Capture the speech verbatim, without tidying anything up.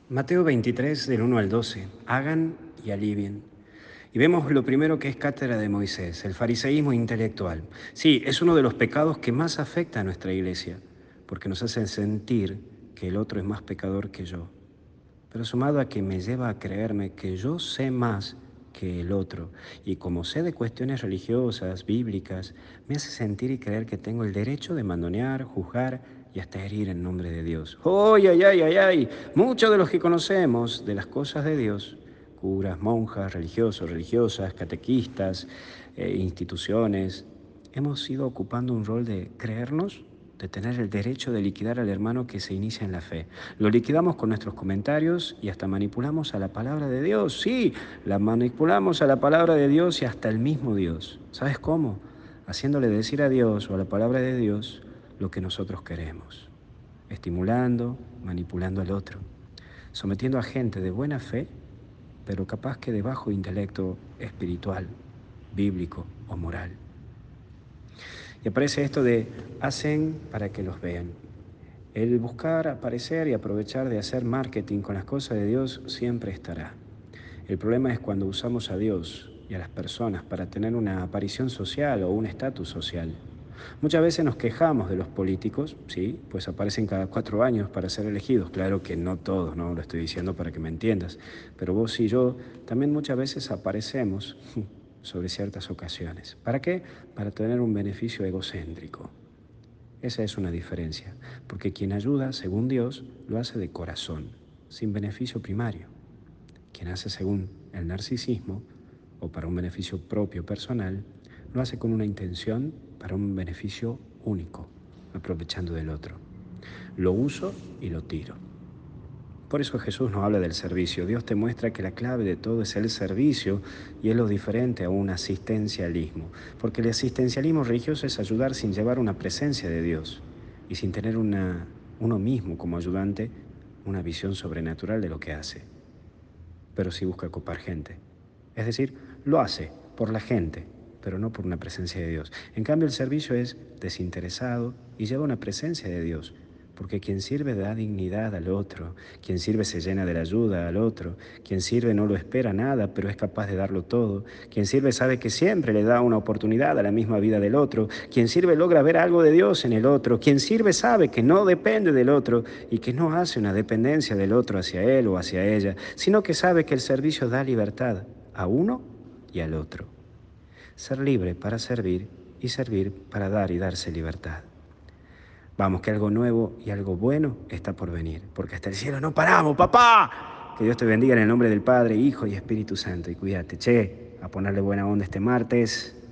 Mateo veintitrés, del uno al doce. Hagan y alivien. Y vemos lo primero que es cátedra de Moisés, el fariseísmo intelectual. Sí, es uno de los pecados que más afecta a nuestra iglesia, porque nos hace sentir que el otro es más pecador que yo. Pero sumado a que me lleva a creerme que yo sé más que el otro, y como sé de cuestiones religiosas, bíblicas, me hace sentir y creer que tengo el derecho de mandonear, juzgar y hasta herir en nombre de Dios. ¡Ay, ay, ay, ay, ay! Muchos de los que conocemos de las cosas de Dios, curas, monjas, religiosos, religiosas, catequistas, eh, instituciones, hemos ido ocupando un rol de creernos, de tener el derecho de liquidar al hermano que se inicia en la fe. Lo liquidamos con nuestros comentarios y hasta manipulamos a la palabra de Dios. Sí, la manipulamos a la palabra de Dios y hasta el mismo Dios. ¿Sabes cómo? Haciéndole decir a Dios o a la palabra de Dios lo que nosotros queremos. Estimulando, manipulando al otro. Sometiendo a gente de buena fe, pero capaz que de bajo intelecto espiritual, bíblico o moral. Y aparece esto de hacen para que los vean. El buscar aparecer y aprovechar de hacer marketing con las cosas de Dios siempre estará. El problema es cuando usamos a Dios y a las personas para tener una aparición social o un estatus social. Muchas veces nos quejamos de los políticos, sí, pues aparecen cada cuatro años para ser elegidos. Claro que no todos, no lo estoy diciendo para que me entiendas, pero vos y yo también muchas veces aparecemos sobre ciertas ocasiones. ¿Para qué? Para tener un beneficio egocéntrico. Esa es una diferencia, porque quien ayuda, según Dios, lo hace de corazón, sin beneficio primario. Quien hace según el narcisismo, o para un beneficio propio personal, lo hace con una intención para un beneficio único, aprovechando del otro. Lo uso y lo tiro. Por eso Jesús nos habla del servicio. Dios te muestra que la clave de todo es el servicio y es lo diferente a un asistencialismo. Porque el asistencialismo religioso es ayudar sin llevar una presencia de Dios y sin tener una, uno mismo como ayudante una visión sobrenatural de lo que hace. Pero sí busca copar gente. Es decir, lo hace por la gente, pero no por una presencia de Dios. En cambio, el servicio es desinteresado y lleva una presencia de Dios. Porque quien sirve da dignidad al otro, quien sirve se llena de la ayuda al otro, quien sirve no lo espera nada, pero es capaz de darlo todo, quien sirve sabe que siempre le da una oportunidad a la misma vida del otro, quien sirve logra ver algo de Dios en el otro, quien sirve sabe que no depende del otro y que no hace una dependencia del otro hacia él o hacia ella, sino que sabe que el servicio da libertad a uno y al otro. Ser libre para servir y servir para dar y darse libertad. Vamos, que algo nuevo y algo bueno está por venir, porque hasta el cielo no paramos, papá. Que Dios te bendiga en el nombre del Padre, Hijo y Espíritu Santo. Y cuídate, che, a ponerle buena onda este martes.